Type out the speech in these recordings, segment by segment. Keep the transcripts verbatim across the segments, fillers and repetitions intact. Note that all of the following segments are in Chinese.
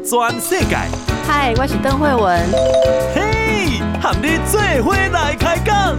全世界。 嗨，我是邓惠文。 嘿，和你做伙来开讲。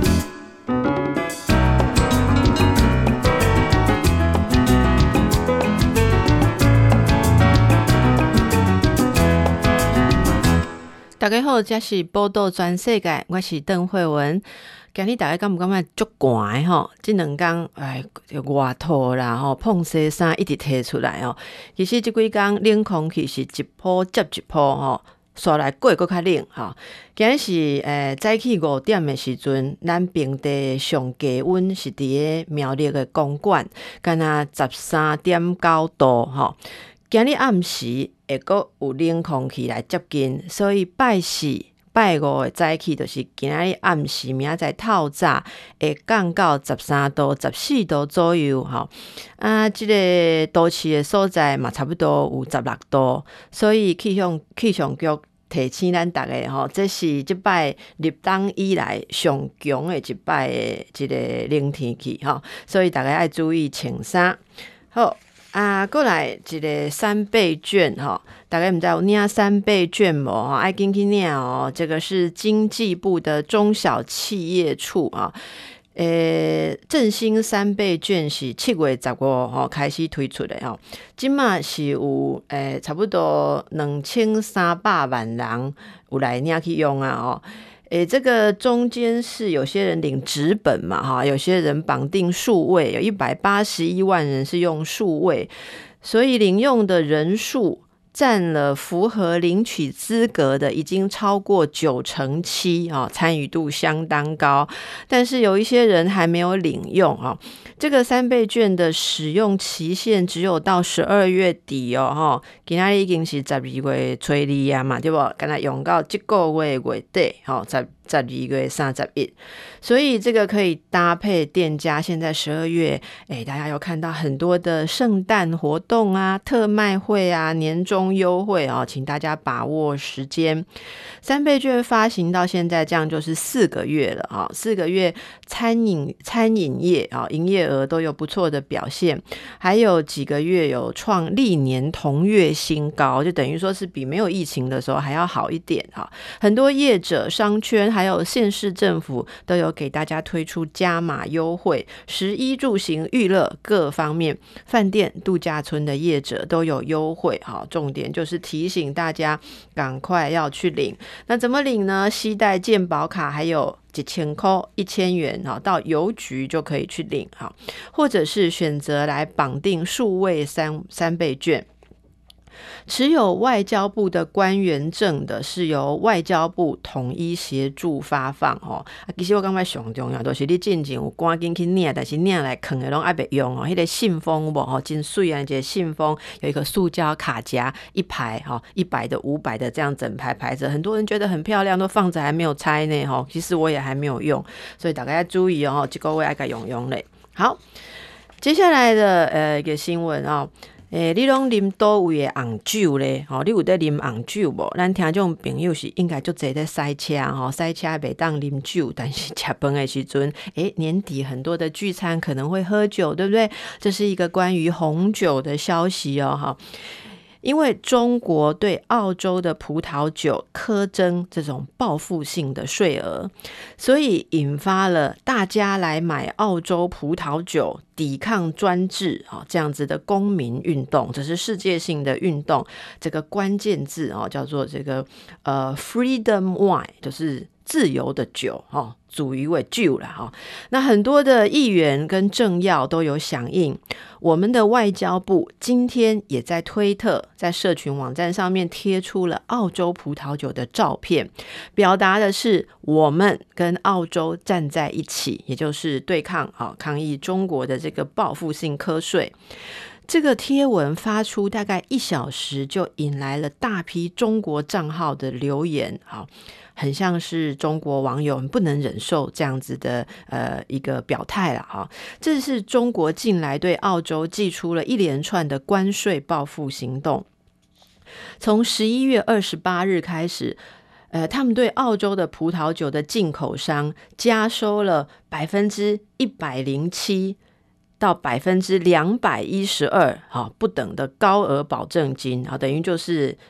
大家好，这是报道全世界，我是邓惠文。今日大家感不感觉足寒吼？这两天哎，外套啦吼，碰洗衫一直摕出来哦。其实这几天冷空气是一波接一波吼，刷来过搁较冷吼。今日是诶早起五点的时阵，咱平地上低温是伫个苗栗的公馆，敢若十三点九度吼。今日暗时会阁有冷空气来接近，所以拜四、拜五的早起就是今日暗时，明仔载透早会降到十三度、十四度左右吼。啊，即、这个都市的所在嘛，差不多有十六度，所以气象气象局提醒咱大家吼，这是即摆入冬以来上强的一摆的一个冷天气吼，所以大家要注意穿衫。好。啊，过来一个三倍券哈，大家唔知有领三倍券无哈？爱紧去领哦。这个是经济部的中小企业处啊，诶，振兴三倍券是七月十五号开始推出的哈，今嘛是有诶差不多两千三百万人有来领去用啊哦。诶，这个中间是有些人领纸本嘛，哈，有些人绑定数位，有一百八十一万人是用数位，所以领用的人数占了符合领取资格的已经超过九成七啊，参与度相当高。但是有一些人还没有领用啊，这个三倍券的使用期限只有到十二月底哦，哈，今仔已经是十二月初二啊嘛，对不？刚才用到这个月月底，哈，十十二月三十一，所以这个可以搭配店家。现在十二月，哎，大家有看到很多的圣诞活动啊、特卖会啊、年终优惠啊，请大家把握时间。三倍券发行到现在，这样就是四个月了啊，四个月餐饮餐饮业啊，营业额都有不错的表现，还有几个月有创历年同月新高，就等于说是比没有疫情的时候还要好一点哈。很多业者、商圈还有县市政府都有给大家推出加码优惠，食衣住行娱乐各方面，饭店、度假村的业者都有优惠哈。重点就是提醒大家赶快要去领。那怎么领呢？携带健保卡还有一千块、一千元到邮局就可以去领哈，或者是选择来绑定数位三三倍券。持有外交部的官员证的是由外交部统一协助发放哦。其实我感觉上重要就是你进前有赶紧去领，但是领来放的拢还没用哦。那个信封无哦，真水啊！这个信封有一个塑胶卡夹，一排哈，一百的、五百的这样整排排着，很多人觉得很漂亮，都放着还没有拆呢哈。其实我也还没有用，所以大家要注意哦，这个我爱该用用嘞。好，接下来的呃一个新闻哦。诶，你拢啉倒位的红酒咧？吼，你有在啉红酒无？咱听众朋友是应该足侪在塞车吼，塞车袂当啉酒，但是吃饭的时阵，诶，年底很多的聚餐可能会喝酒，对不对？这是一个关于红酒的消息哦，哈。因为中国对澳洲的葡萄酒苛征这种报复性的税额，所以引发了大家来买澳洲葡萄酒抵抗专制这样子的公民运动，这是世界性的运动。这个关键字叫做这个呃 freedom wine， 就是自由的酒哈，主语为酒啦哈。那很多的议员跟政要都有响应。我们的外交部今天也在推特、在社群网站上面贴出了澳洲葡萄酒的照片，表达的是我们跟澳洲站在一起，也就是对抗啊抗议中国的这个报复性课税。这个贴文发出大概一小时，就引来了大批中国账号的留言啊。很像是中国网友不能忍受这样子的呃一个表态了哈。这是中国近来对澳洲祭出了一连串的关税报复行动。从十一月二十八日开始，呃，他们对澳洲的葡萄酒的进口商加收了百分之一百零七到百分之两百一十二，哈，不等的高额保证金啊，等于就是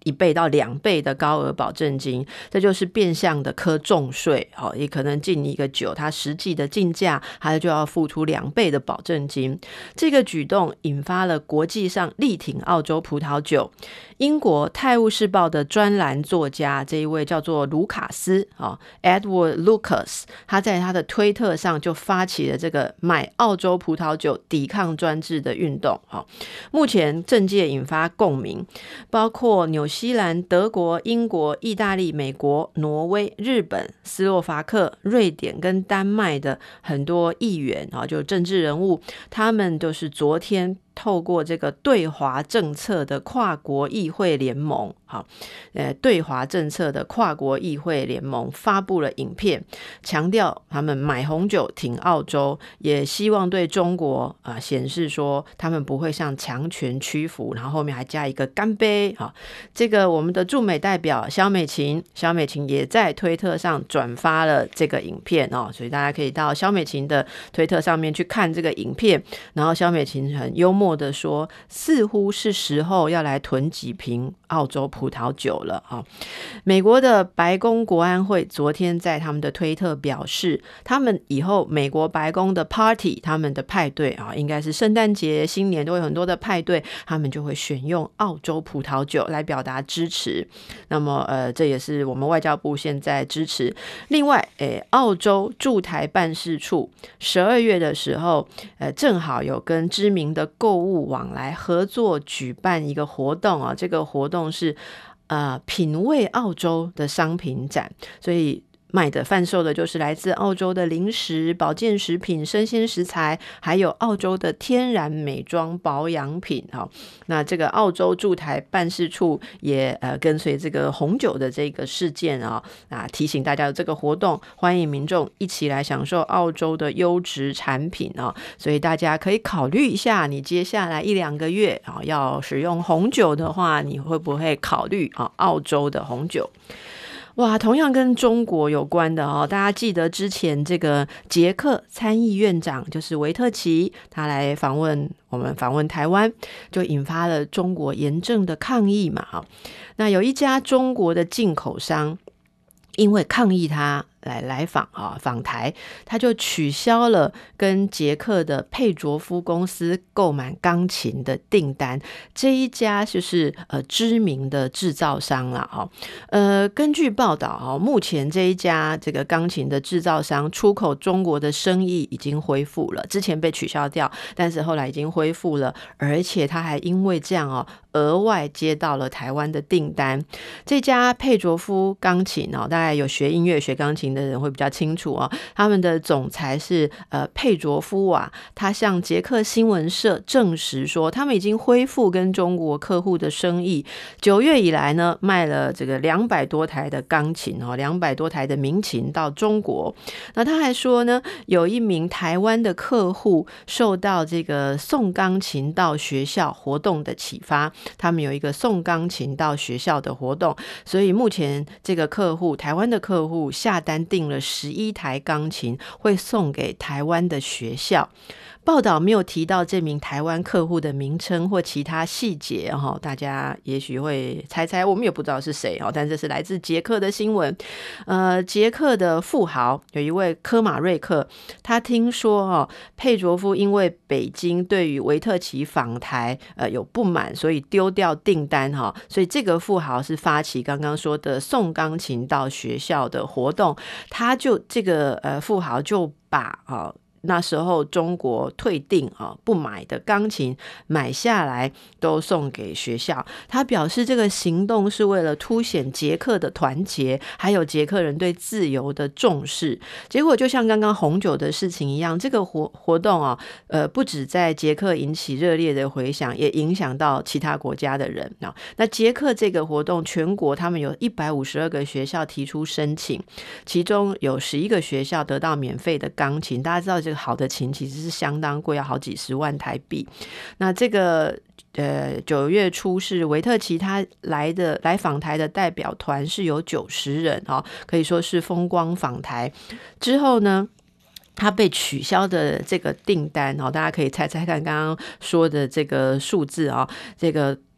一倍到两倍的高额保证金，这就是变相的科重税。好，也可能进一个酒，它实际的进价，它就要付出两倍的保证金。这个举动引发了国际上力挺澳洲葡萄酒。英国《泰晤士报》的专栏作家，这一位叫做卢卡斯 Edward Lucas， 他在他的推特上就发起了这个买澳洲葡萄酒抵抗专制的运动。目前政界引发共鸣，包括纽西兰、德国、英国、意大利、美国、挪威、日本、斯洛伐克、瑞典跟丹麦的很多议员，就政治人物，他们都是昨天透过这个对华政策的跨国议会联盟，好，呃，对华政策的跨国议会联盟发布了影片，强调他们买红酒挺澳洲，也希望对中国啊显示说他们不会向强权屈服，然后后面还加一个干杯。好，这个我们的驻美代表萧美琴，萧美琴也在推特上转发了这个影片哦，所以大家可以到萧美琴的推特上面去看这个影片，然后萧美琴很幽默的说，似乎是时候要来囤几瓶澳洲葡萄酒了。美国的白宫国安会昨天在他们的推特表示，他们以后美国白宫的 party， 他们的派对应该是圣诞节、新年都会有很多的派对，他们就会选用澳洲葡萄酒来表达支持。那么呃，这也是我们外交部现在支持。另外诶，澳洲驻台办事处十二月的时候呃，正好有跟知名的购物往来合作举办一个活动啊，这个活动是呃品味澳洲的商品展，所以卖的贩售的就是来自澳洲的零食、保健食品、生鲜食材，还有澳洲的天然美妆保养品。好，那这个澳洲驻台办事处也呃跟随这个红酒的这个事件啊、哦、啊提醒大家的这个活动，欢迎民众一起来享受澳洲的优质产品啊、哦，所以大家可以考虑一下，你接下来一两个月啊、哦、要使用红酒的话，你会不会考虑啊、哦、澳洲的红酒？哇，同样跟中国有关的哦，大家记得之前这个捷克参议院长就是维特奇，他来访问我们访问台湾，就引发了中国严正的抗议嘛。那有一家中国的进口商因为抗议他来来访啊访台，他就取消了跟捷克的佩卓夫公司购买钢琴的订单。这一家就是呃知名的制造商啦哈。呃，根据报道哈，目前这一家这个钢琴的制造商出口中国的生意已经恢复了，之前被取消掉，但是后来已经恢复了，而且他还因为这样哦，额外接到了台湾的订单。这家佩卓夫钢琴哦，大概有学音乐、学钢琴的人会比较清楚哦。他们的总裁是呃佩卓夫瓦，他向捷克新闻社证实说，他们已经恢复跟中国客户的生意。九月以来呢，卖了这个两百多台的钢琴哦，两百多台的民琴到中国。那他还说呢，有一名台湾的客户受到这个送钢琴到学校活动的启发，他们有一个送钢琴到学校的活动，所以目前这个客户，台湾的客户下单订了十一台钢琴，会送给台湾的学校。报道没有提到这名台湾客户的名称或其他细节，大家也许会猜猜，我们也不知道是谁，但这是来自捷克的新闻。呃，捷克的富豪有一位科马瑞克，他听说佩卓夫因为北京对于维特奇访台呃有不满，所以丢掉订单，所以这个富豪是发起刚刚说的送钢琴到学校的活动，他就这个呃富豪就把啊。那时候中国退订啊不买的钢琴买下来都送给学校。他表示这个行动是为了凸显捷克的团结，还有捷克人对自由的重视。结果就像刚刚红酒的事情一样，这个活活动啊，呃，不止在捷克引起热烈的回响，也影响到其他国家的人啊。那捷克这个活动，全国他们有一百五十二个学校提出申请，其中有十一个学校得到免费的钢琴。大家知道这个好的琴其实是相当贵，要好几十万台币。那这个呃九月初是维特奇他来的来访台的代表团是有九十人哦，可以说是风光访台。之后呢，他被取消的这个订单哦，大家可以猜猜看刚刚说的这个数字啊、哦，这个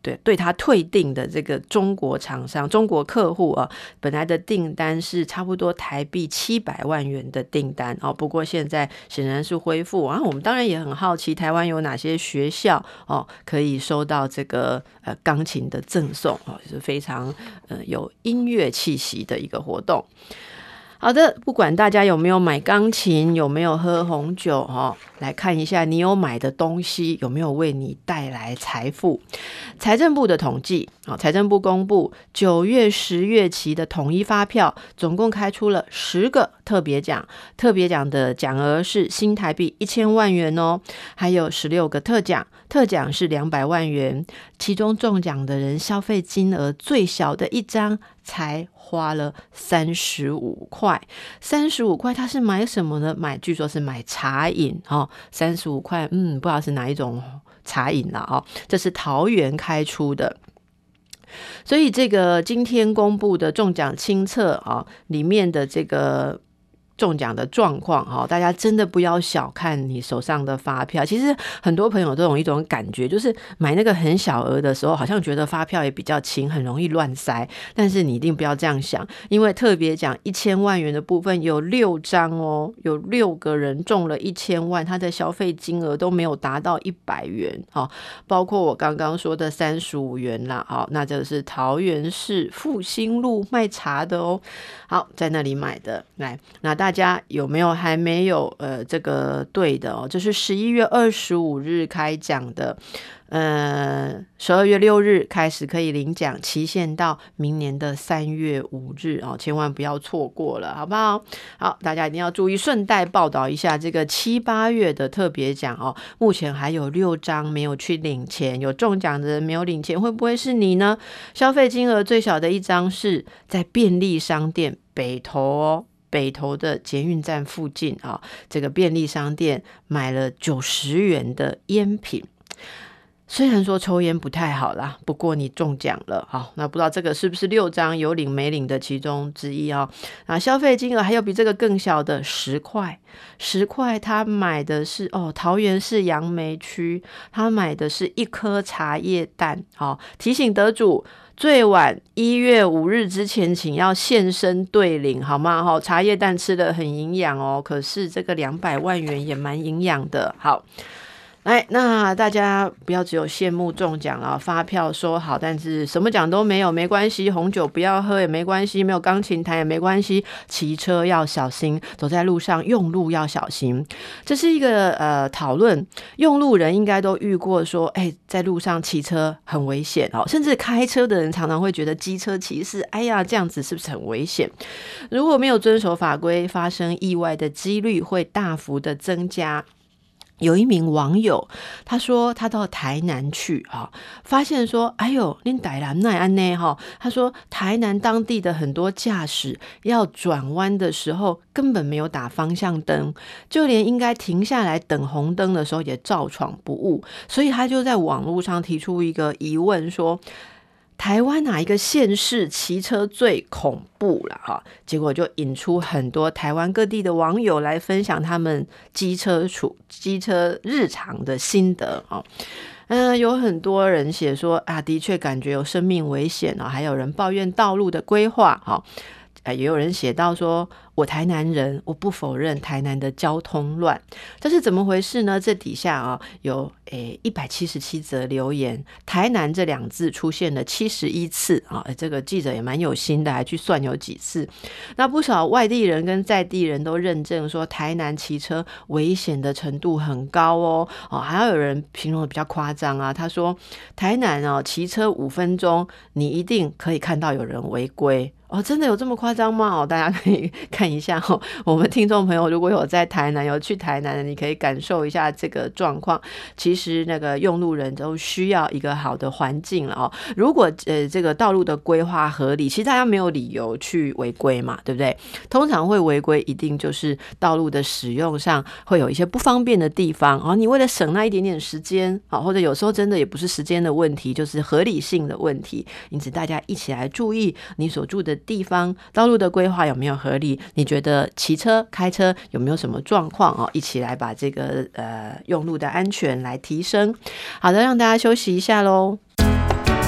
对对他退订的这个中国厂商、中国客户啊，本来的订单是差不多台币七百万元的订单哦，不过现在显然是恢复。然后我们当然也很好奇，台湾有哪些学校哦可以收到这个呃钢琴的赠送哦，是非常呃有音乐气息的一个活动。好的，不管大家有没有买钢琴，有没有喝红酒哦，来看一下你有买的东西有没有为你带来财富。财政部的统计，财政部公布九月、十月期的统一发票，总共开出了十个特别奖，特别奖的奖额是新台币一千万元哦，还有十六个特奖，特奖是两百万元，其中中奖的人消费金额最小的一张才花了三十五块，三十五块他是买什么呢？买据说是买茶饮哦，三十五块，嗯，不知道是哪一种茶饮啦哦，这是桃园开出的。所以这个今天公布的中奖清册啊，里面的这个中奖的状况哈，大家真的不要小看你手上的发票。其实很多朋友都有一种感觉，就是买那个很小额的时候，好像觉得发票也比较轻，很容易乱塞。但是你一定不要这样想，因为特别奖一千万元的部分有六张哦，有六个人中了一千万，他的消费金额都没有达到一百元哦，包括我刚刚说的三十五元啦，好，那这是桃园市复兴路卖茶的哦，好，在那里买的。来，那大家有没有还没有呃这个对的哦？这是十一月二十五日开奖的，呃，十二月六日开始可以领奖，期限到明年的三月五日哦，千万不要错过了，好不好？好，大家一定要注意。顺带报道一下，这个七八月的特别奖哦，目前还有六张没有去领钱，有中奖的人没有领钱，会不会是你呢？消费金额最小的一张是在便利商店北投哦。北投的捷运站附近啊，这个便利商店买了九十元的烟品。虽然说抽烟不太好啦，不过你中奖了，好，那不知道这个是不是六张有领没领的其中之一哦。啊，消费金额还有比这个更小的十块，十块他买的是哦，桃园市杨梅区，他买的是一颗茶叶蛋，好，提醒得主。最晚一月五日之前，请要现身对领，好吗？茶叶蛋吃得很营养哦，可是这个两百万元也蛮营养的。好，来，那大家不要只有羡慕中奖啊，发票收好，但是什么奖都没有，没关系，红酒不要喝也没关系，没有钢琴弹也没关系，骑车要小心，走在路上用路要小心。这是一个呃讨论，用路人应该都遇过说，哎，在路上骑车很危险哦，甚至开车的人常常会觉得机车骑士，哎呀，这样子是不是很危险？如果没有遵守法规，发生意外的几率会大幅的增加。有一名网友他说他到台南去、哦、发现说哎呦你台南哪样呢、哦、他说台南当地的很多驾驶要转弯的时候根本没有打方向灯，就连应该停下来等红灯的时候也照闯不误，所以他就在网络上提出一个疑问说台湾哪一个县市骑车最恐怖啦、哦、结果就引出很多台湾各地的网友来分享他们机车处机车日常的心得、哦嗯，有很多人写说啊，的确感觉有生命危险、哦、还有人抱怨道路的规划、哦也有人写到说我台南人，我不否认台南的交通乱，这是怎么回事呢？这底下啊、哦、有诶一百七十七则留言，台南这两字出现了七十一次啊、哦，这个记者也蛮有心的，还去算有几次。那不少外地人跟在地人都认证说台南骑车危险的程度很高哦，哦还有人形容的比较夸张啊，他说台南哦骑车五分钟你一定可以看到有人违规。哦，真的有这么夸张吗？哦，大家可以看一下哦。我们听众朋友如果有在台南有去台南的，你可以感受一下这个状况。其实那个用路人都需要一个好的环境了哦。如果呃这个道路的规划合理，其实大家没有理由去违规嘛，对不对？通常会违规，一定就是道路的使用上会有一些不方便的地方哦。你为了省那一点点时间啊，或者有时候真的也不是时间的问题，就是合理性的问题。因此大家一起来注意你所住的地方道路的规划有没有合理，你觉得骑车开车有没有什么状况、哦、一起来把这个呃用路的安全来提升。好的，让大家休息一下咯。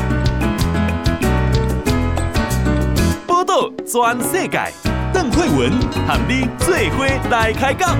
全世界，邓慧文和你做伙来开讲。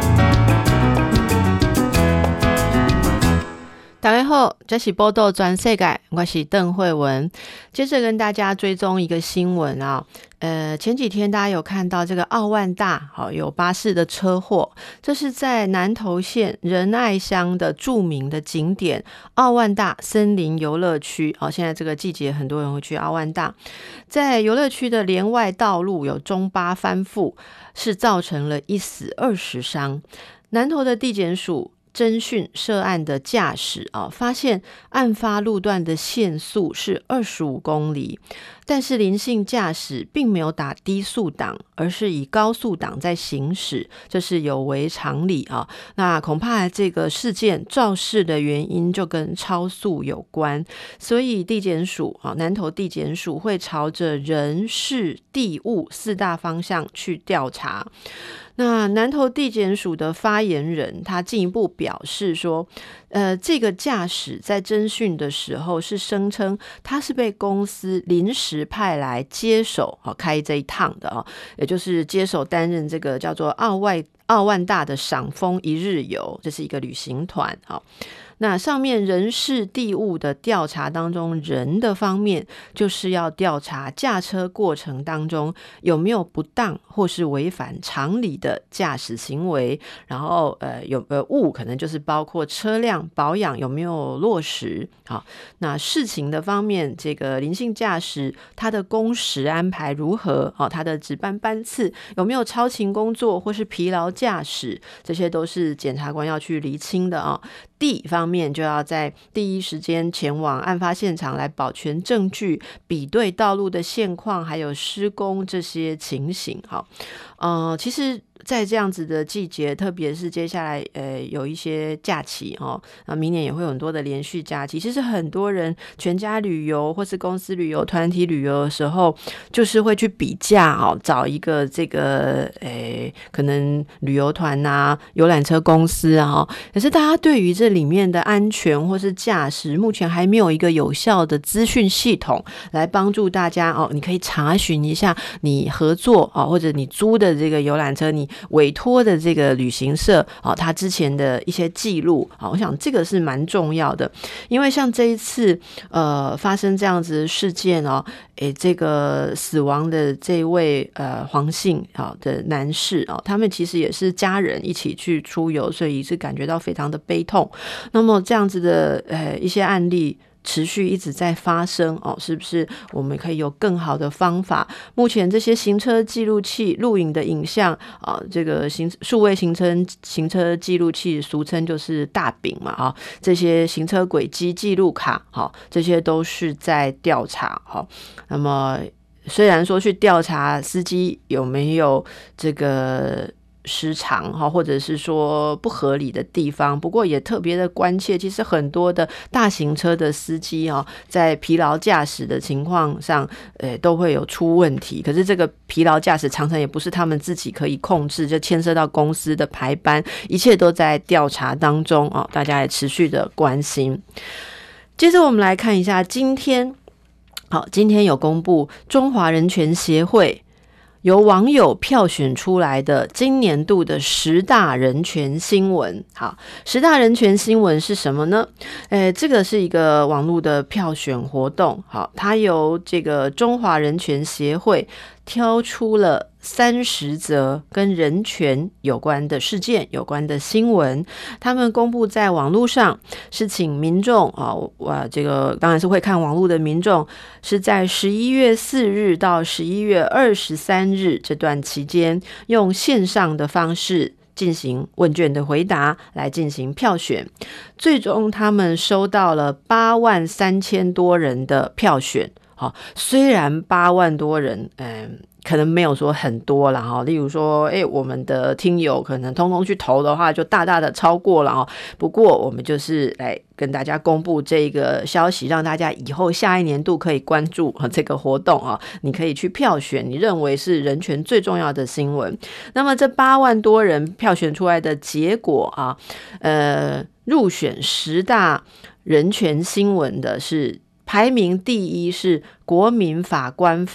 大家好，这是报道全世界，我是邓慧文。接着跟大家追踪一个新闻啊，呃，前几天大家有看到这个奥万大好有巴士的车祸，这是在南投县仁爱乡的著名的景点奥万大森林游乐区。好，现在这个季节很多人会去奥万大，在游乐区的连外道路有中巴翻覆，是造成了一死二十伤。南投的地检署侦讯涉案的驾驶啊，发现案发路段的限速是二十五公里，但是林姓驾驶并没有打低速档，而是以高速档在行驶，这是有违常理啊。那恐怕这个事件肇事的原因就跟超速有关，所以地检署啊，南投地检署会朝着人事地物四大方向去调查。那南投地检署的发言人他进一步表示说，呃，这个驾驶在侦讯的时候是声称他是被公司临时派来接手、哦、开这一趟的、哦、也就是接手担任这个叫做奥外奥万大的赏枫一日游，这是一个旅行团、哦。那上面人事地物的调查当中，人的方面就是要调查驾车过程当中有没有不当或是违反常理的驾驶行为，然后呃有呃物可能就是包括车辆保养有没有落实。好，那事情的方面，这个林姓驾驶他的工时安排如何？好，他的值班班次有没有超勤工作或是疲劳驾驶，这些都是检察官要去厘清的啊。地方面就要在第一时间前往案发现场来保全证据，比对道路的现况，还有施工这些情形。好，呃，其实在这样子的季节，特别是接下来呃有一些假期哦，那明年也会有很多的连续假期。其实很多人全家旅游或是公司旅游、团体旅游的时候，就是会去比价哦，找一个这个诶可能旅游团啊、游览车公司啊，可是大家对于这里面的安全或是驾驶，目前还没有一个有效的资讯系统来帮助大家哦。你可以查询一下你合作哦，或者你租的这个游览车，你委托的这个旅行社哦，他之前的一些记录啊，我想这个是蛮重要的。因为像这一次呃发生这样子的事件哦，诶，这个死亡的这位呃黄姓啊的男士啊，他们其实也是家人一起去出游，所以是感觉到非常的悲痛。那么这样子的呃一些案例持续一直在发生哦，是不是我们可以有更好的方法？目前这些行车记录器录影的影像啊，这个行数位行车行车记录器，俗称就是大饼嘛啊，这些行车轨迹记录卡，好，这些都是在调查。好，那么虽然说去调查司机有没有这个失常或者是说不合理的地方，不过也特别的关切，其实很多的大型车的司机在疲劳驾驶的情况上呃都会有出问题，可是这个疲劳驾驶常常也不是他们自己可以控制，就牵涉到公司的排班，一切都在调查当中，大家也持续的关心。接着我们来看一下今天好，今天有公布中华人权协会由网友票选出来的今年度的十大人权新闻。好，十大人权新闻是什么呢？诶，这个是一个网络的票选活动。好，它由这个中华人权协会挑出了三十则跟人权有关的事件有关的新闻，他们公布在网络上，是请民众啊，哇，这个当然是会看网络的民众，是在十一月四日到十一月二十三日这段期间，用线上的方式进行问卷的回答，来进行票选。最终他们收到了八万三千多人的票选。好，虽然八万多人，嗯，可能没有说很多啦哈。例如说，哎，我们的听友可能通通去投的话，就大大的超过了哈。不过我们就是来跟大家公布这个消息，让大家以后下一年度可以关注这个活动啊。你可以去票选你认为是人权最重要的新闻。那么这八万多人票选出来的结果啊，呃，入选十大人权新闻的是。排名第一是国民法官法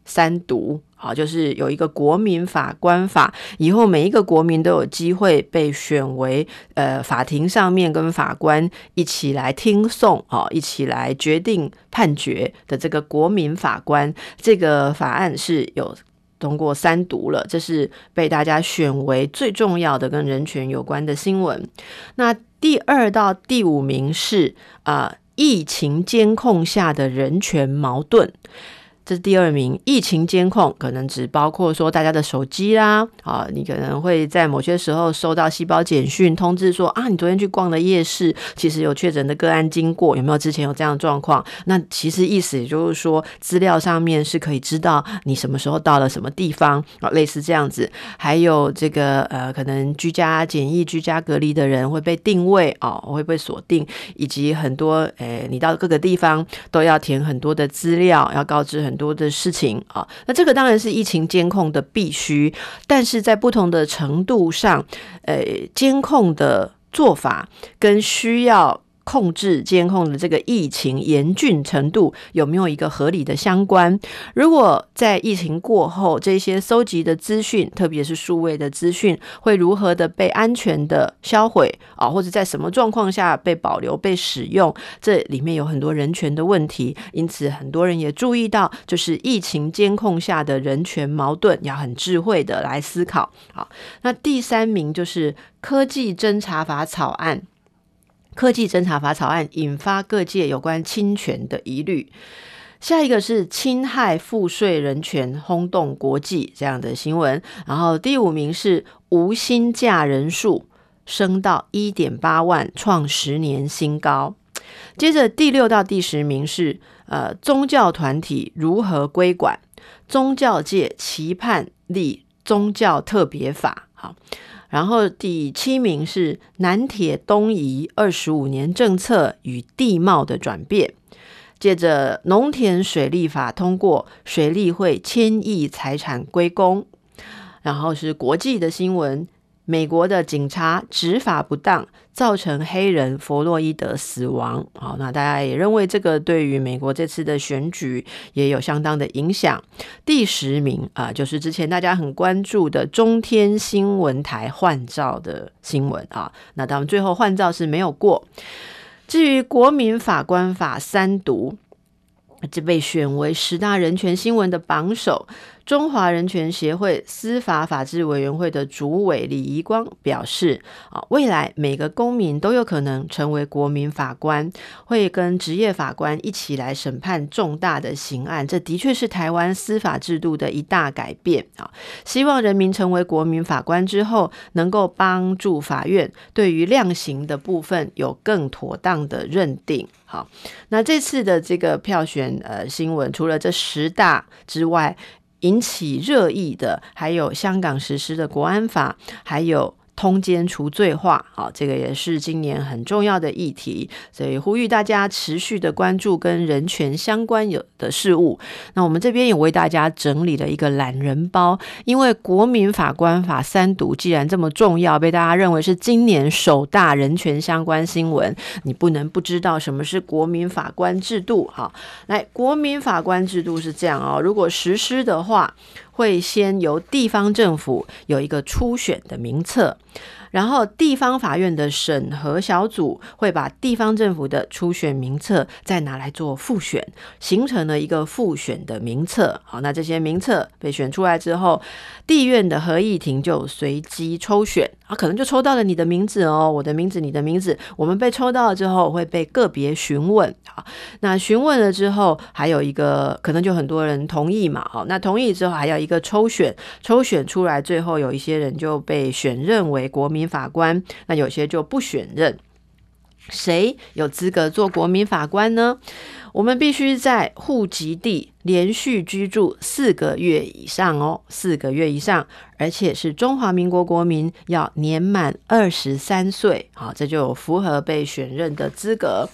三读，好，就是有一个国民法官法，以后每一个国民都有机会被选为呃法庭上面跟法官一起来听讼，哦，一起来决定判决的这个国民法官，这个法案是有通过三读了，这是被大家选为最重要的跟人权有关的新闻。那第二到第五名是啊、呃、疫情监控下的人权矛盾。这是第二名，疫情监控可能只包括说大家的手机啦，啊，你可能会在某些时候收到细胞简讯通知说啊，你昨天去逛了夜市，其实有确诊的个案经过，有没有之前有这样的状况？那其实意思也就是说，资料上面是可以知道你什么时候到了什么地方，啊，类似这样子。还有这个呃，可能居家检疫、居家隔离的人会被定位哦，会被锁定，以及很多诶，你到各个地方都要填很多的资料，要告知很多的事情啊，那这个当然是疫情监控的必须，但是在不同的程度上，呃，监控的做法跟需要控制监控的这个疫情严峻程度有没有一个合理的相关？如果在疫情过后，这些搜集的资讯，特别是数位的资讯，会如何的被安全的销毁啊，或者在什么状况下被保留、被使用？这里面有很多人权的问题，因此很多人也注意到，就是疫情监控下的人权矛盾，要很智慧的来思考。好，那第三名就是科技侦查法草案。科技侦查法草案引发各界有关侵权的疑虑。下一个是侵害赋税人权轰动国际这样的新闻，然后第五名是无薪假人数升到 一点八万，创十年新高。接着第六到第十名是呃宗教团体如何规管，宗教界期盼立宗教特别法。好，然后第七名是南铁东移二十五年政策与地貌的转变。接着农田水利法通过，水利会千亿财产归公。然后是国际的新闻，美国的警察执法不当，造成黑人弗洛伊德死亡。好，那大家也认为这个对于美国这次的选举也有相当的影响。第十名啊、呃，就是之前大家很关注的中天新闻台换照的新闻啊。那他们最后换照是没有过。至于国民法官法三读，这被选为十大人权新闻的榜首。中华人权协会司法法制委员会的主委李宜光表示，未来每个公民都有可能成为国民法官，会跟职业法官一起来审判重大的刑案，这的确是台湾司法制度的一大改变。希望人民成为国民法官之后，能够帮助法院对于量刑的部分有更妥当的认定。好，那这次的这个票选呃新闻，除了这十大之外，引起热议的还有香港实施的国安法，还有通奸除罪化，好，这个也是今年很重要的议题，所以呼吁大家持续的关注跟人权相关有的事物。那我们这边也为大家整理了一个懒人包，因为国民法官法三读既然这么重要，被大家认为是今年首大人权相关新闻，你不能不知道什么是国民法官制度。好，来，国民法官制度是这样哦，如果实施的话，会先由地方政府有一个初选的名册，然后地方法院的审核小组会把地方政府的初选名册再拿来做复选，形成了一个复选的名册。好，那这些名册被选出来之后，地院的合议庭就随机抽选，啊，可能就抽到了你的名字哦，我的名字，你的名字，我们被抽到了之后会被个别询问。好，那询问了之后，还有一个可能就很多人同意嘛，好，那同意之后还有一个抽选，抽选出来，最后有一些人就被选任为国民法官，那有些就不选任。谁有资格做国民法官呢？我们必须在户籍地连续居住四个月以上哦，四个月以上，而且是中华民国国民，要年满二十三岁，好，这就符合被选任的资格。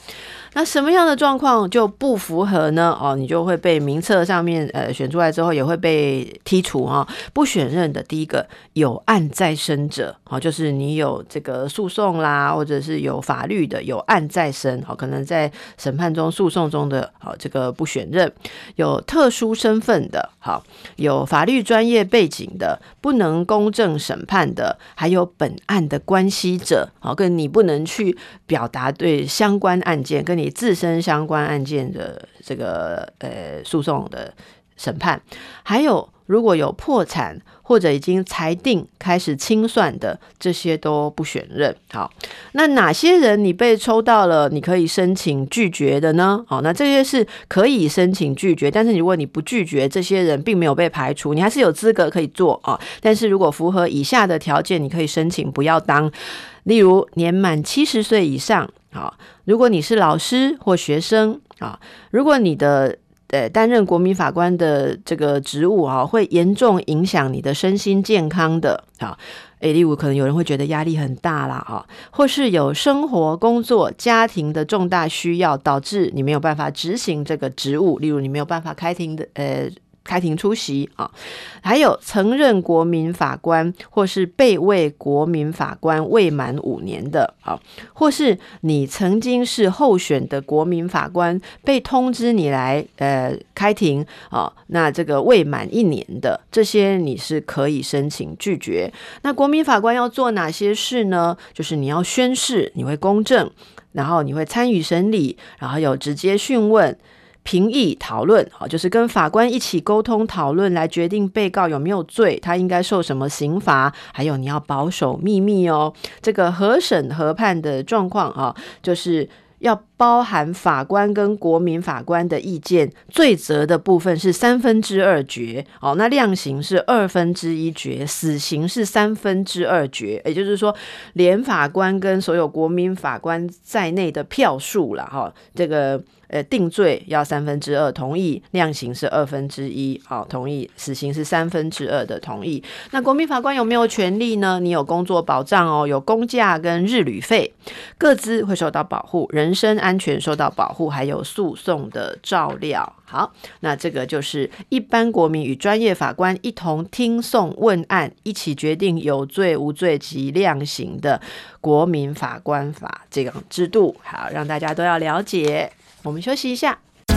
那什么样的状况就不符合呢？哦，你就会被名册上面呃选出来之后也会被剔除哈、哦。不选任的第一个有案在身者，好、哦，就是你有这个诉讼啦，或者是有法律的有案在身，好、哦，可能在审判中、诉讼中的好、哦、这个不选任，有特殊身份的，好，有法律专业背景的，不能公正审判的，还有本案的关系者，好，跟你不能去表达对相关案件跟你自身相关案件的这个呃诉讼的审判，还有如果有破产或者已经裁定开始清算的，这些都不选任。好，那哪些人你被抽到了，你可以申请拒绝的呢？好，那这些是可以申请拒绝，但是如果你不拒绝，这些人并没有被排除，你还是有资格可以做啊。但是如果符合以下的条件，你可以申请不要当，例如年满七十岁以上，好，如果你是老师或学生啊，如果你的呃，担任国民法官的这个职务啊，会严重影响你的身心健康的啊。诶，例如可能有人会觉得压力很大啦啊，或是有生活、工作、家庭的重大需要，导致你没有办法执行这个职务，例如你没有办法开庭的呃。开庭出席啊，还有曾任国民法官或是被位国民法官未满五年的啊，或是你曾经是候选的国民法官，被通知你来呃开庭啊，那这个未满一年的，这些你是可以申请拒绝。那国民法官要做哪些事呢？就是你要宣誓你会公正，然后你会参与审理，然后有直接讯问。评议讨论，就是跟法官一起沟通讨论，来决定被告有没有罪，他应该受什么刑罚，还有你要保守秘密哦。这个核审核判的状况啊，就是要包含法官跟国民法官的意见，罪责的部分是三分之二决，哦，那量刑是二分之一决，死刑是三分之二决，也就是说，连法官跟所有国民法官在内的票数啦，哈，这个。呃，定罪要三分之二同意，量刑是二分之一，好，同意，死刑是三分之二的同意。那国民法官有没有权利呢？你有工作保障哦，有公假跟日旅费，个资会受到保护，人身安全受到保护，还有诉讼的照料。好，那这个就是一般国民与专业法官一同听讼问案，一起决定有罪无罪及量刑的国民法官法这个制度。好，让大家都要了解。我们休息一下。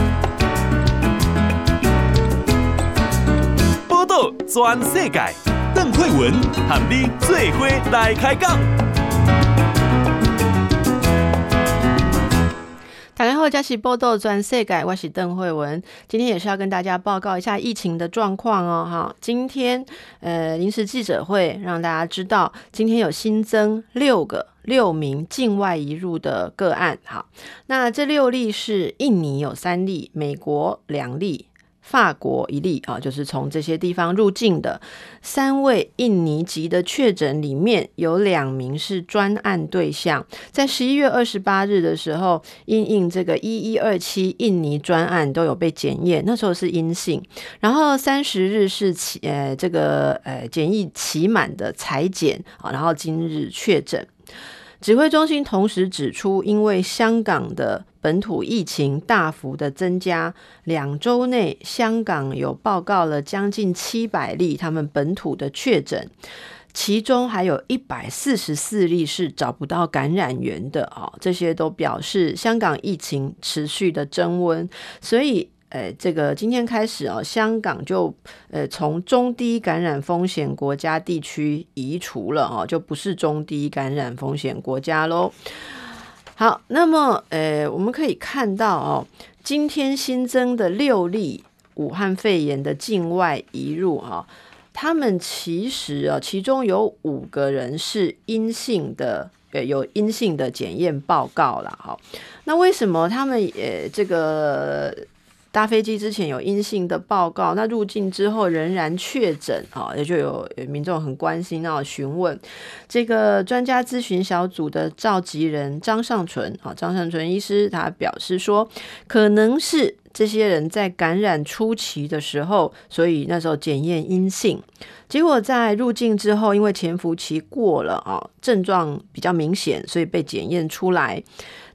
报道全世界，邓惠文和你做伙来开讲。 大家好，这是报道全世界，我是邓惠文。今天也是要跟大家报告一下疫情的状况哦。哈，今天呃临时记者会让大家知道，今天有新增六个。六名境外移入的个案，好，那这六例是印尼有三例，美国两例，法国一例啊，就是从这些地方入境的三位印尼籍的确诊里面，有两名是专案对象，在十一月二十八日的时候，因应这个一一二七印尼专案都有被检验，那时候是阴性，然后三十日是期呃这个呃检疫期满的采检啊，然后今日确诊。指挥中心同时指出，因为香港的本土疫情大幅的增加，两周内香港有报告了将近七百例他们本土的确诊，其中还有一百四十四例是找不到感染源的，哦，这些都表示香港疫情持续的升温，所以呃，这个今天开始哦，香港就呃从中低感染风险国家地区移除了哦，就不是中低感染风险国家咯。好，那么呃，我们可以看到哦，今天新增的六例武汉肺炎的境外移入啊，他们其实啊，其中有五个人是阴性的。有阴性的检验报告啦，哈，那为什么他们也这个搭飞机之前有阴性的报告，那入境之后仍然确诊啊？也就有民众很关心啊，询问这个专家咨询小组的召集人张尚存啊，张尚存医师他表示说，可能是这些人在感染初期的时候，所以那时候检验阴性。结果在入境之后，因为潜伏期过了啊，症状比较明显，所以被检验出来。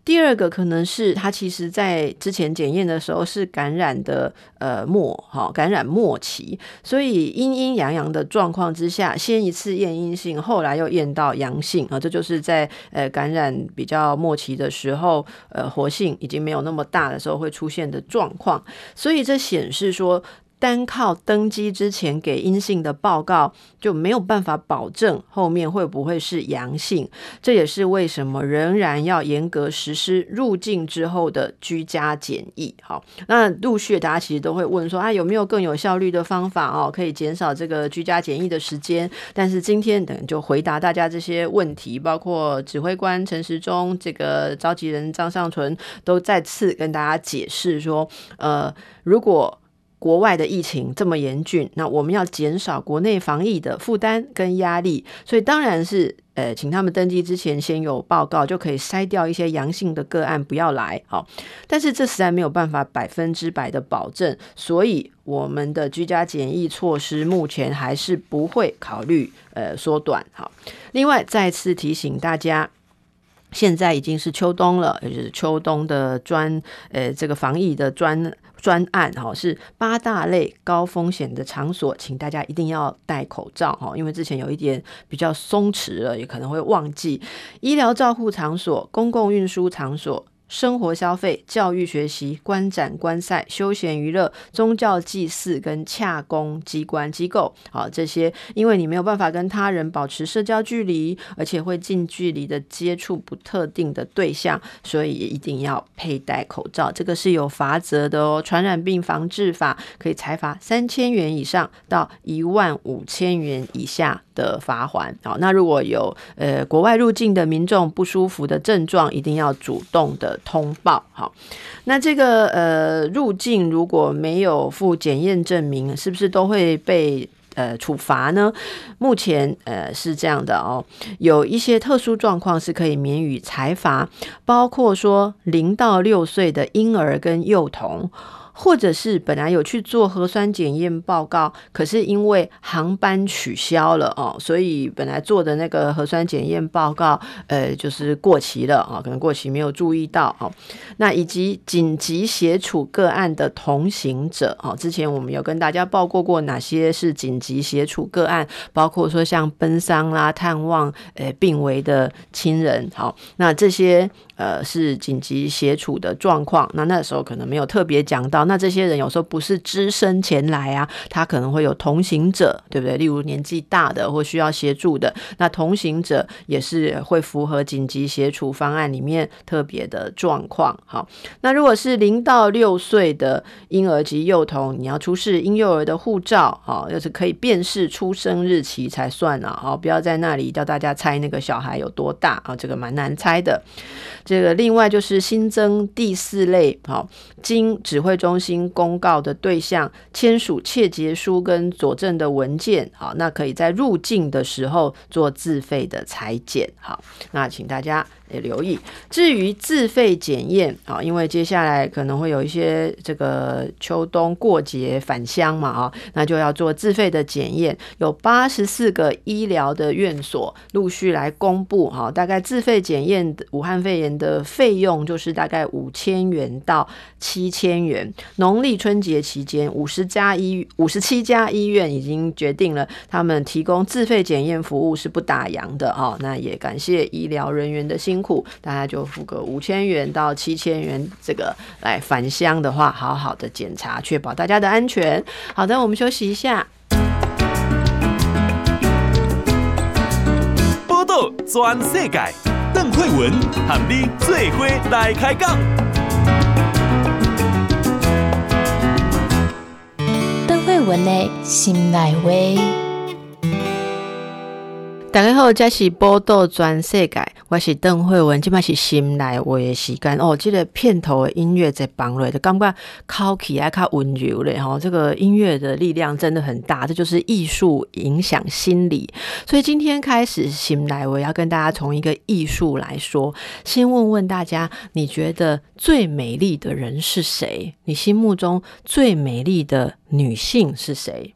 第二个可能是它其实在之前检验的时候是感染的呃末哈感染末期，所以阴阴阳阳的状况之下，先一次验阴性，后来又验到阳性啊，这就是在呃感染比较末期的时候，呃活性已经没有那么大的时候会出现的状况。所以这显示说，单靠登机之前给阴性的报告就没有办法保证后面会不会是阳性，这也是为什么仍然要严格实施入境之后的居家检疫。好，那陆续大家其实都会问说啊，有没有更有效率的方法哦，可以减少这个居家检疫的时间？但是今天等就回答大家这些问题，包括指挥官陈时中、这个召集人张上淳都再次跟大家解释说，呃，如果国外的疫情这么严峻，那我们要减少国内防疫的负担跟压力，所以当然是呃，请他们登记之前先有报告，就可以筛掉一些阳性的个案不要来。好，但是这实在没有办法百分之百的保证，所以我们的居家检疫措施目前还是不会考虑呃缩短。好，另外再次提醒大家，现在已经是秋冬了，也就是秋冬的专呃这个防疫的专专案哈，是八大类高风险的场所，请大家一定要戴口罩哈，因为之前有一点比较松弛了，也可能会忘记。医疗照护场所、公共运输场所、生活消费、教育学习、观展观赛、休闲娱乐、宗教祭祀跟洽公机关机构，好，这些因为你没有办法跟他人保持社交距离，而且会近距离的接触不特定的对象，所以也一定要佩戴口罩，这个是有罚则的哦。传染病防治法可以裁罚三千元以上到一万五千元以下的罚锾。好，那如果有呃国外入境的民众不舒服的症状，一定要主动的通报。好，那这个呃入境如果没有附检验证明，是不是都会被呃处罚呢？目前呃是这样的哦，有一些特殊状况是可以免予裁罚，包括说零到六岁的婴儿跟幼童，或者是本来有去做核酸检验报告，可是因为航班取消了哦，所以本来做的那个核酸检验报告呃就是过期了哦，可能过期没有注意到哦。那以及紧急协处个案的同行者哦，之前我们有跟大家报过过哪些是紧急协处个案，包括说像奔丧啦、探望呃病危的亲人。好，那这些呃是紧急协处的状况，那那时候可能没有特别讲到。那这些人有时候不是只身前来啊，他可能会有同行者，对不对？例如年纪大的或需要协助的，那同行者也是会符合紧急协处方案里面特别的状况。好，那如果是零到六岁的婴儿及幼童，你要出示婴幼儿的护照，好，就是可以辨识出生日期才算啊，好，不要在那里叫大家猜那个小孩有多大啊，这个蛮难猜的。这个另外就是新增第四类，好，经指挥中心公告的对象签署切结书跟佐证的文件，好，那可以在入境的时候做自费的采检。好，那请大家也留意。至于自费检验，好，因为接下来可能会有一些这个秋冬过节返乡嘛，啊，那就要做自费的检验。有八十四个医疗的院所陆续来公布，哈，大概自费检验武汉肺炎的费用就是大概五千元到七千元。农历春节期间，五十家医五十七家医院已经决定了，他们提供自费检验服务是不打烊的哦。那也感谢医疗人员的辛苦，大家就付个五千元到七千元，这个来返乡的话，好好的检查，确保大家的安全。好的，我们休息一下。 报道全世界，邓惠文和你做伙来开讲。 邓惠文的心内话。 大家好，这是报道全世界，我是邓惠文，现在是心内话的时间哦。这个片头的音乐在放落，就感觉口气还较温柔嘞哈。这个音乐的力量真的很大，这就是艺术影响心理。所以今天开始心内话要跟大家从一个艺术来说，先问问大家，你觉得最美丽的人是谁？你心目中最美丽的女性是谁？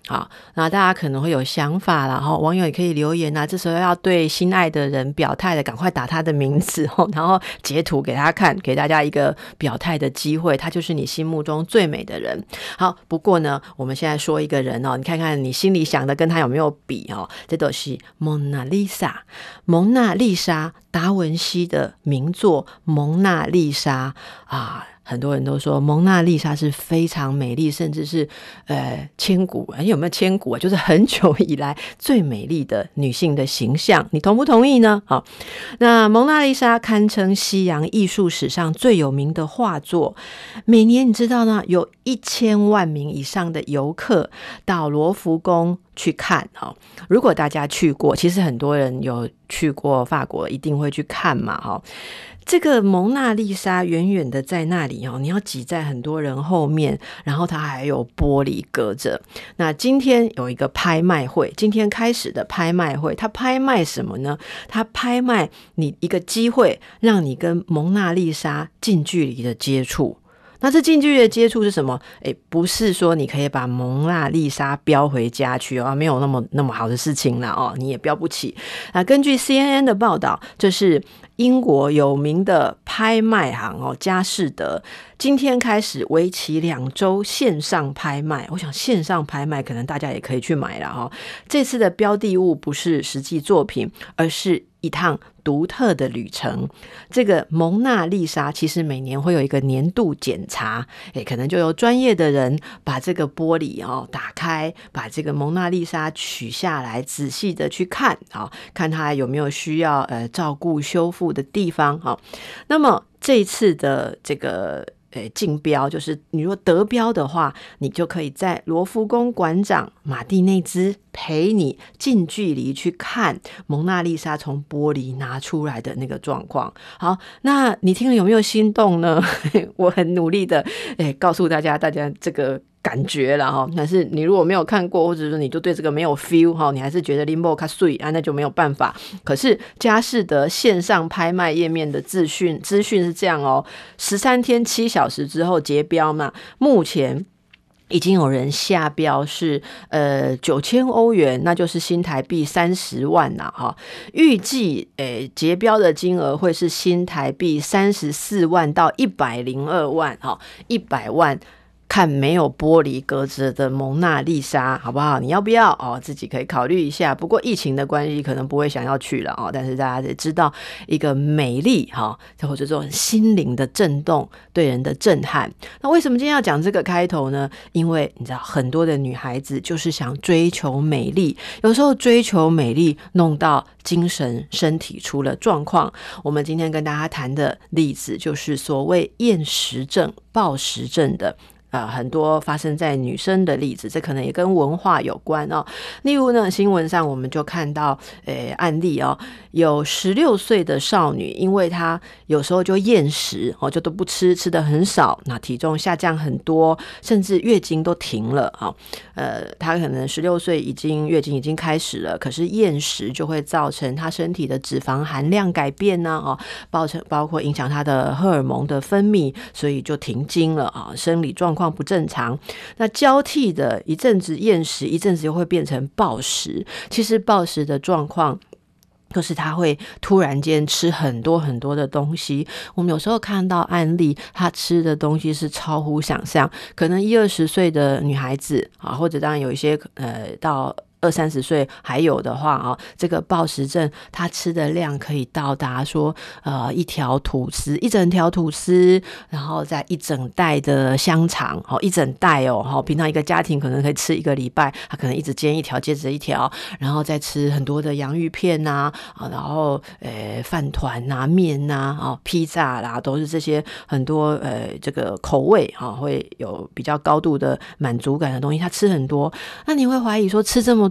好，那大家可能会有想法啦，然后网友也可以留言啊，这时候要对心爱的人表态的，赶快打他的名字哦，然后截图给他看，给大家一个表态的机会，他就是你心目中最美的人。好，不过呢，我们现在说一个人哦，你看看你心里想的跟他有没有比哦，这都是蒙娜丽莎。蒙娜丽莎，达文西的名作《蒙娜丽莎》啊。很多人都说蒙娜丽莎是非常美丽，甚至是呃千古，有没有千古啊？就是很久以来最美丽的女性的形象，你同不同意呢？好，那蒙娜丽莎堪称西洋艺术史上最有名的画作，每年你知道呢，有一千万名以上的游客到罗浮宫去看。如果大家去过，其实很多人有去过法国，一定会去看嘛。这个蒙娜丽莎远远的在那里哦，你要挤在很多人后面，然后它还有玻璃隔着。那今天有一个拍卖会，今天开始的拍卖会，它拍卖什么呢？它拍卖你一个机会，让你跟蒙娜丽莎近距离的接触。那这近距离的接触是什么？诶，不是说你可以把蒙娜丽莎标回家去哦，没有那么那么好的事情啦哦，你也标不起啊。根据 C N N 的报道，这是英国有名的拍卖行哦，佳士得今天开始为期两周线上拍卖。我想线上拍卖可能大家也可以去买了哦。这次的标的物不是实际作品，而是一趟独特的旅程。这个蒙娜丽莎其实每年会有一个年度检查，也可能就由专业的人把这个玻璃哦打开，把这个蒙娜丽莎取下来，仔细的去看啊、哦，看它有没有需要呃照顾修复的地方啊、哦。那么这一次的这个呃，竞标就是你如果得标的话，你就可以在罗浮宫馆长马蒂内兹陪你近距离去看蒙娜丽莎从玻璃拿出来的那个状况。好，那你听了有没有心动呢？我很努力的诶告诉大家大家这个感觉啦齁，但是你如果没有看过，或者说你就对这个没有 feel 齁，你还是觉得林某较水啊，那就没有办法。可是佳士得线上拍卖页面的资讯资讯是这样哦，十三天七小时之后结标嘛，目前已经有人下标是呃九千欧元，那就是新台币三十万啦哈。预计诶结标的金额会是新台币三十四万到一百零二万哈，一百万。看没有玻璃格子的蒙娜丽莎好不好？你要不要哦？自己可以考虑一下。不过疫情的关系，可能不会想要去了哦。但是大家得知道，一个美丽哈，或者这种心灵的震动，对人的震撼。那为什么今天要讲这个开头呢？因为你知道，很多的女孩子就是想追求美丽，有时候追求美丽弄到精神身体出了状况。我们今天跟大家谈的例子，就是所谓厌食症、暴食症的。呃，很多发生在女生的例子，这可能也跟文化有关哦。例如呢，新闻上我们就看到，呃，案例哦，有十六岁的少女，因为她有时候就厌食哦，就都不吃，吃得很少，那体重下降很多，甚至月经都停了啊、哦。呃，她可能十六岁已经月经已经开始了，可是厌食就会造成她身体的脂肪含量改变呢、啊，哦，包成包括影响她的荷尔蒙的分泌，所以就停经了啊，生理状况不正常，那交替的一阵子厌食，一阵子又会变成暴食。其实暴食的状况就是他会突然间吃很多很多的东西。我们有时候看到案例，他吃的东西是超乎想象，可能一二十岁的女孩子啊，或者当然有一些呃到二三十岁还有的话啊，这个暴食症他吃的量可以到达说呃一条吐司，一整条吐司，然后再一整袋的香肠，好一整袋哦，好平常一个家庭可能可以吃一个礼拜，他可能一直煎一条接着一条，然后再吃很多的洋芋片呐、啊，然后呃饭团呐、面呐、啊、披萨啦，都是这些很多呃这个口味哈、啊、会有比较高度的满足感的东西，他吃很多，那你会怀疑说吃这么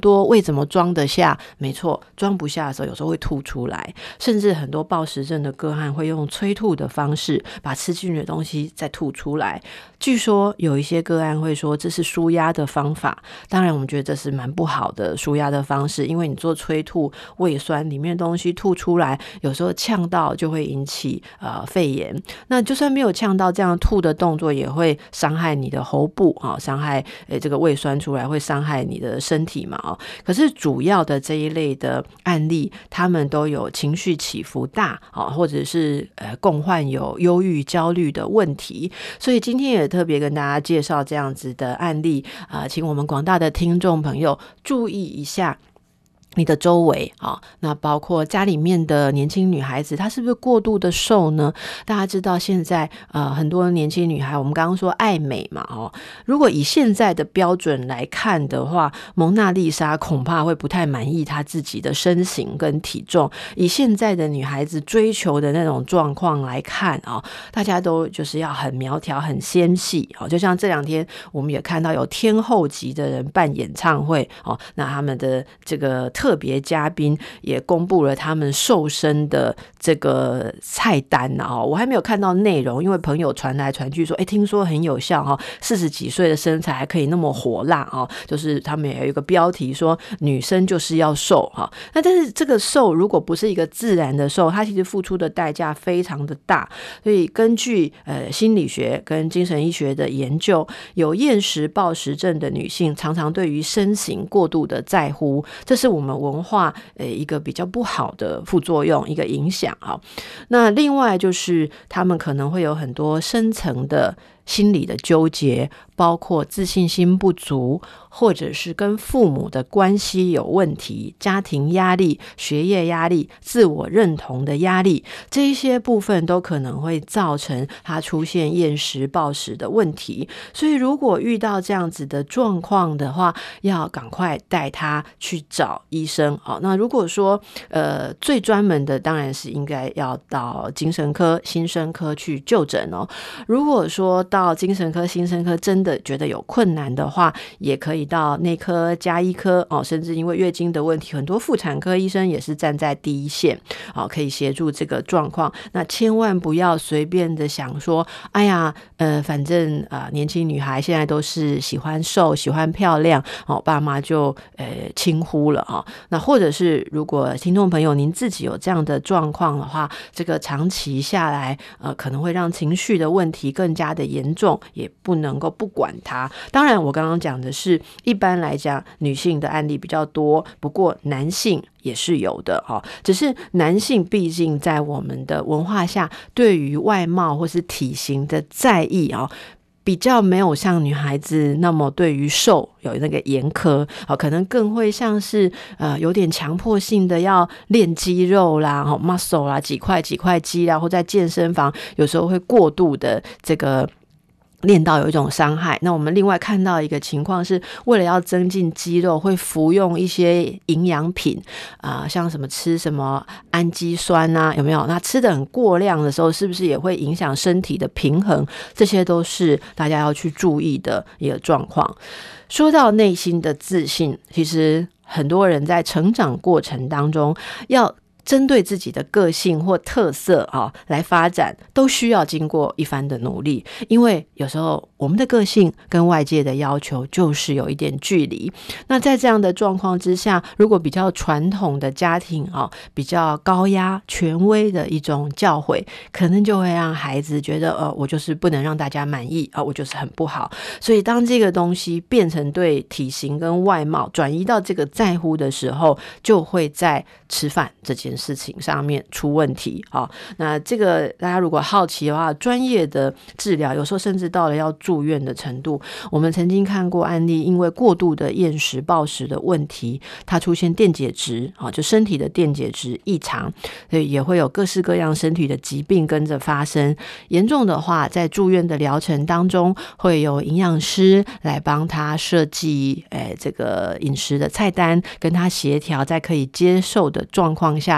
多，胃怎么装得下？没错，装不下的时候有时候会吐出来，甚至很多暴食症的个案会用催吐的方式把吃进去的东西再吐出来。据说有一些个案会说这是舒压的方法，当然我们觉得这是蛮不好的舒压的方式，因为你做催吐，胃酸里面的东西吐出来，有时候呛到就会引起呃肺炎。那就算没有呛到，这样吐的动作也会伤害你的喉部啊，伤害诶这个胃酸出来会伤害你的身体嘛啊。可是主要的这一类的案例，他们都有情绪起伏大啊，或者是呃共患有忧郁焦虑的问题，所以今天也特别跟大家介绍这样子的案例啊、呃，请我们广大的听众朋友注意一下你的周围啊，那包括家里面的年轻女孩子，她是不是过度的瘦呢？大家知道现在呃很多年轻女孩，我们刚刚说爱美嘛哦，如果以现在的标准来看的话，蒙娜丽莎恐怕会不太满意她自己的身形跟体重。以现在的女孩子追求的那种状况来看啊、哦，大家都就是要很苗条、很纤细哦。就像这两天我们也看到有天后级的人办演唱会哦，那他们的这个特别嘉宾也公布了他们瘦身的这个菜单啊，我还没有看到内容，因为朋友传来传去说，哎，听说很有效哈，四十几岁的身材还可以那么火辣啊，就是他们也有一个标题说女生就是要瘦哈。那但是这个瘦如果不是一个自然的瘦，它其实付出的代价非常的大，所以根据呃心理学跟精神医学的研究，有厌食暴食症的女性常常对于身形过度的在乎，这是我们文化呃一个比较不好的副作用，一个影响啊。那另外就是他们可能会有很多深层的心理的纠结，包括自信心不足，或者是跟父母的关系有问题，家庭压力、学业压力、自我认同的压力，这一些部分都可能会造成他出现厌食暴食的问题。所以如果遇到这样子的状况的话，要赶快带他去找医生。好，那如果说呃最专门的当然是应该要到精神科、心身科去就诊哦。如果说到精神科、心身科真的觉得有困难的话，也可以到内科、家医科哦，甚至因为月经的问题，很多妇产科医生也是站在第一线哦，可以协助这个状况。那千万不要随便的想说，哎呀，呃，反正啊、呃，年轻女孩现在都是喜欢瘦、喜欢漂亮哦，爸妈就呃轻忽了啊、哦。那或者是如果听众朋友您自己有这样的状况的话，这个长期下来，呃，可能会让情绪的问题更加的严重，也不能够不管它。当然我刚刚讲的是一般来讲女性的案例比较多，不过男性也是有的哈，只是男性毕竟在我们的文化下对于外貌或是体型的在意啊，比较没有像女孩子那么对于瘦有那个严苛，可能更会像是呃有点强迫性的要练肌肉啦、muscle 啦，几块几块肌啦，或在健身房有时候会过度的这个练到有一种伤害。那我们另外看到一个情况是，为了要增进肌肉，会服用一些营养品啊、呃，像什么吃什么氨基酸啊，有没有？那吃的很过量的时候，是不是也会影响身体的平衡？这些都是大家要去注意的一个状况。说到内心的自信，其实很多人在成长过程当中要针对自己的个性或特色啊来发展，都需要经过一番的努力，因为有时候我们的个性跟外界的要求就是有一点距离。那在这样的状况之下，如果比较传统的家庭啊，比较高压权威的一种教诲，可能就会让孩子觉得呃，我就是不能让大家满意啊，我就是很不好。所以当这个东西变成对体型跟外貌转移到这个在乎的时候，就会在吃饭这件事情上面出问题啊。那这个大家如果好奇的话，专业的治疗有时候甚至到了要住院的程度。我们曾经看过案例，因为过度的厌食暴食的问题，它出现电解质啊，就身体的电解质异常，所以也会有各式各样身体的疾病跟着发生。严重的话，在住院的疗程当中，会有营养师来帮他设计诶这个饮食的菜单，跟他协调，在可以接受的状况下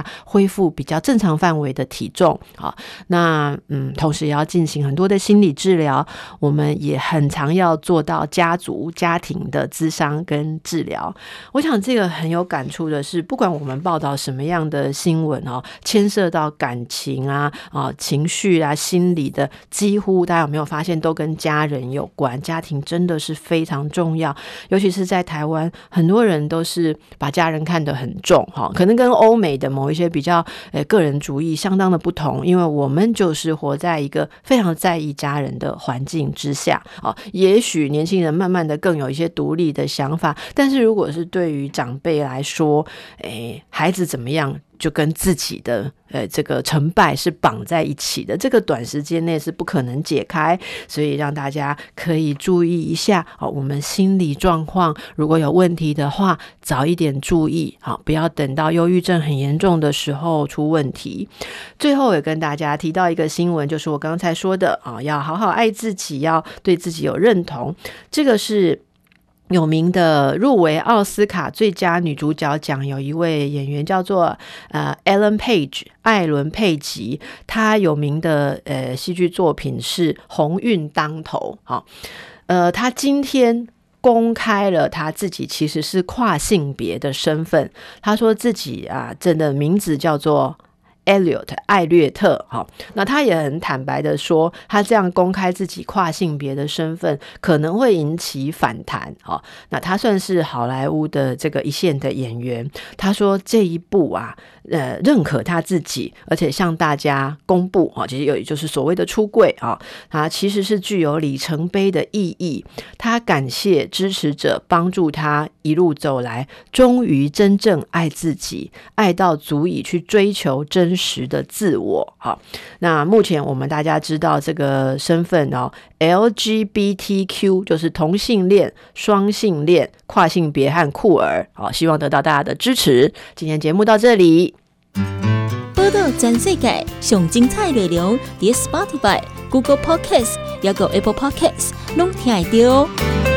恢复比较正常范围的体重。好，那嗯，同时也要进行很多的心理治疗，我们也很常要做到家族家庭的咨商跟治疗。我想这个很有感触的是，不管我们报道什么样的新闻哦，牵涉到感情啊、啊情绪啊、心理的，几乎大家有没有发现都跟家人有关？家庭真的是非常重要，尤其是在台湾，很多人都是把家人看得很重哈，可能跟欧美的某一些比较呃个人主义相当的不同，因为我们就是活在一个非常在意家人的环境之下啊。也许年轻人慢慢的更有一些独立的想法，但是如果是对于长辈来说，诶，孩子怎么样？就跟自己的呃这个成败是绑在一起的，这个短时间内是不可能解开，所以让大家可以注意一下、哦、我们心理状况如果有问题的话，早一点注意、哦、不要等到忧郁症很严重的时候出问题。最后也跟大家提到一个新闻，就是我刚才说的、哦、要好好爱自己，要对自己有认同，这个是有名的入围奥斯卡最佳女主角奖，有一位演员叫做呃 Ellen Page 艾伦佩吉，她有名的呃戏剧作品是《鸿运当头》好，呃，她今天公开了她自己其实是跨性别的身份，她说自己啊真的名字叫做Elliot 艾略特，好，那他也很坦白的说，他这样公开自己跨性别的身份可能会引起反弹，好，那他算是好莱坞的这个一线的演员，他说这一步啊呃，认可他自己，而且向大家公布、哦、其实有就是所谓的出柜、哦、他其实是具有里程碑的意义。他感谢支持者帮助他一路走来，终于真正爱自己，爱到足以去追求真实的自我、哦、那目前我们大家知道这个身份、哦、L G B T Q 就是同性恋、双性恋、跨性别和酷儿、哦、希望得到大家的支持。今天节目到这里， 报道全世界上精彩内容，伫 Spotify、Google Podcast 也有 Apple Podcast 拢听得到。